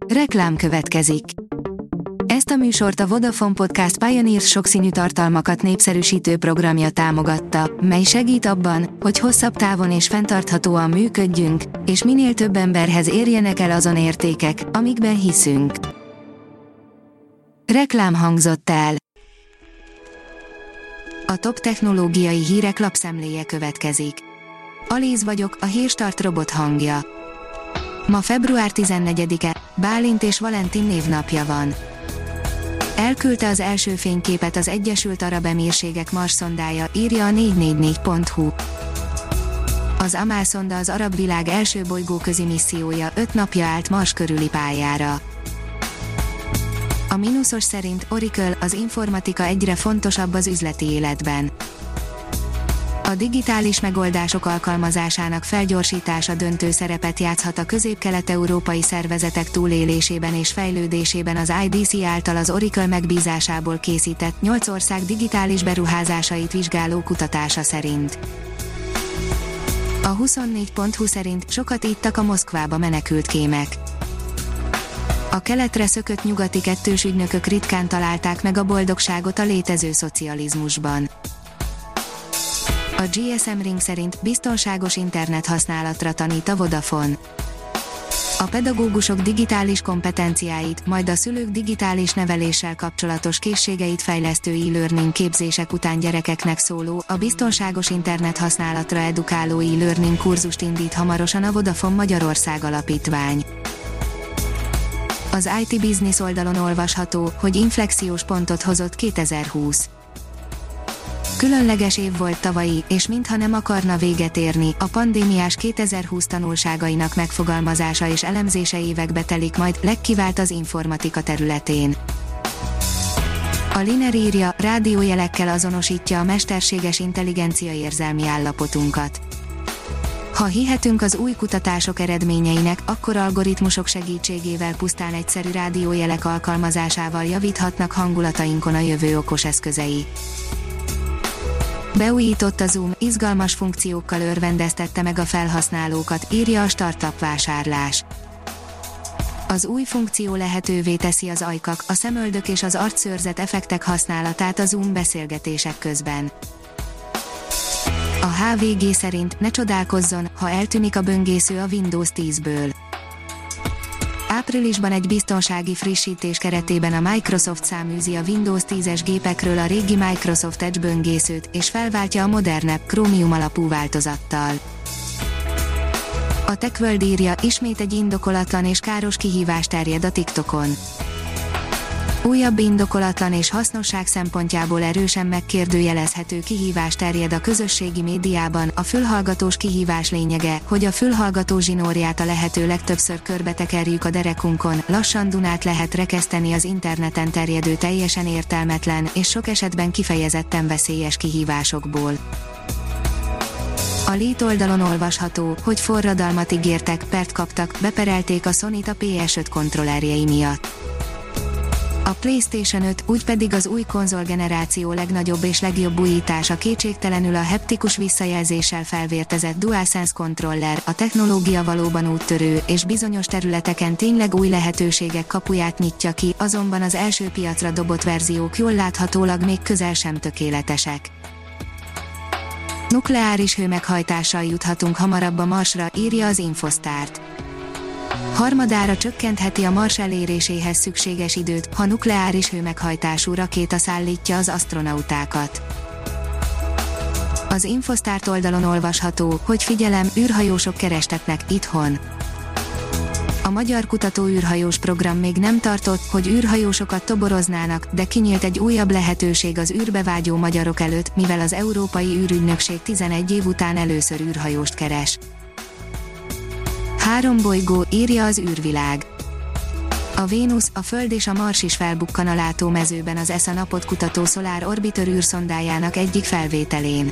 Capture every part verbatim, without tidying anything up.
Reklám következik. Ezt a műsort a Vodafone Podcast Pioneers sokszínű tartalmakat népszerűsítő programja támogatta, mely segít abban, hogy hosszabb távon és fenntarthatóan működjünk, és minél több emberhez érjenek el azon értékek, amikben hiszünk. Reklám hangzott el. A top technológiai hírek lapszemléje következik. Alíz vagyok, a Hírstart robot hangja. Ma február tizennegyedike, Bálint és Valentin névnapja van. Elküldte az első fényképet az Egyesült Arab Emírségek Mars szondája, írja a négy négy négy pont hu. Az Amal szonda az arab világ első bolygóközi missziója, öt napja állt Mars körüli pályára. A mínuszos szerint Oracle, az informatika egyre fontosabb az üzleti életben. A digitális megoldások alkalmazásának felgyorsítása döntő szerepet játszhat a közép-kelet-európai szervezetek túlélésében és fejlődésében az I D C által az Oracle megbízásából készített nyolc ország digitális beruházásait vizsgáló kutatása szerint. A huszonnégy pont hu szerint sokat ittak a Moszkvába menekült kémek. A keletre szökött nyugati kettős ügynökök ritkán találták meg a boldogságot a létező szocializmusban. A G S M Ring szerint biztonságos internet használatra tanít a Vodafone. A pedagógusok digitális kompetenciáit, majd a szülők digitális neveléssel kapcsolatos készségeit fejlesztő e-learning képzések után gyerekeknek szóló, a biztonságos internet használatra edukáló e-learning kurzust indít hamarosan a Vodafone Magyarország Alapítvány. Az I T Business oldalon olvasható, hogy inflexiós pontot hozott kétezer-húsz. Különleges év volt tavalyi, és mintha nem akarna véget érni, a pandémiás kétezer-húsz tanulságainak megfogalmazása és elemzése évekbe telik majd, legkivált az informatika területén. A Liner írja, rádiójelekkel azonosítja a mesterséges intelligencia érzelmi állapotunkat. Ha hihetünk az új kutatások eredményeinek, akkor algoritmusok segítségével pusztán egyszerű rádiójelek alkalmazásával javíthatnak hangulatainkon a jövő okos eszközei. Beújított a Zoom, izgalmas funkciókkal örvendeztette meg a felhasználókat, írja a Startup vásárlás. Az új funkció lehetővé teszi az ajkak, a szemöldök és az arcszőrzet effektek használatát a Zoom beszélgetések közben. A H V G szerint ne csodálkozzon, ha eltűnik a böngésző a Windows tízből. Áprilisban egy biztonsági frissítés keretében a Microsoft száműzi a Windows tízes gépekről a régi Microsoft Edge böngészőt, és felváltja a modernebb, Chromium alapú változattal. A TechWorld írja, ismét egy indokolatlan és káros kihívás terjed a TikTokon. Újabb indokolatlan és hasznosság szempontjából erősen megkérdőjelezhető kihívás terjed a közösségi médiában. A fülhallgatós kihívás lényege, hogy a fülhallgató zsinórját a lehető legtöbbször körbetekerjük a derekunkon, lassan Dunát lehet rekeszteni az interneten terjedő teljesen értelmetlen és sok esetben kifejezetten veszélyes kihívásokból. A Lét oldalon olvasható, hogy forradalmat ígértek, pert kaptak, beperelték a Sony-t a P S öt kontrollerjei miatt. A PlayStation öt, úgy pedig az új konzolgeneráció legnagyobb és legjobb újítása kétségtelenül a heptikus visszajelzéssel felvértezett DualSense kontroller, a technológia valóban úttörő, és bizonyos területeken tényleg új lehetőségek kapuját nyitja ki, azonban az első piacra dobott verziók jól láthatólag még közel sem tökéletesek. Nukleáris hőmeghajtással juthatunk hamarabb a Marsra, írja az Infostart. Harmadára csökkentheti a Mars eléréséhez szükséges időt, ha nukleáris hőmeghajtású rakéta szállítja az asztronautákat. Az Infostart oldalon olvasható, hogy figyelem, űrhajósok kerestetnek itthon. A magyar kutató űrhajós program még nem tartott, hogy űrhajósokat toboroznának, de kinyílt egy újabb lehetőség az űrbe vágyó magyarok előtt, mivel az Európai űrügynökség tizenegy év után először űrhajóst keres. Három bolygó, írja az űrvilág. A Vénusz, a Föld és a Mars is felbukkan a látómezőben az E S A napot kutató Solar Orbiter űrszondájának egyik felvételén.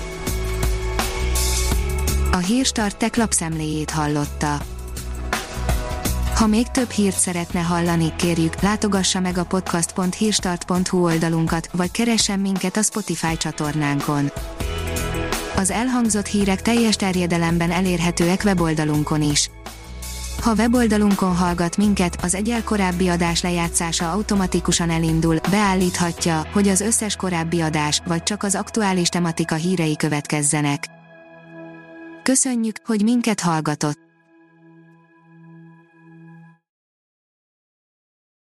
A Hírstart Tech lapszemléjét hallotta. Ha még több hírt szeretne hallani, kérjük, látogassa meg a podcast pont hírstart pont hu oldalunkat, vagy keressen minket a Spotify csatornánkon. Az elhangzott hírek teljes terjedelemben elérhetőek weboldalunkon is. Ha weboldalunkon hallgat minket, az egyel korábbi adás lejátszása automatikusan elindul, beállíthatja, hogy az összes korábbi adás, vagy csak az aktuális tematika hírei következzenek. Köszönjük, hogy minket hallgatott!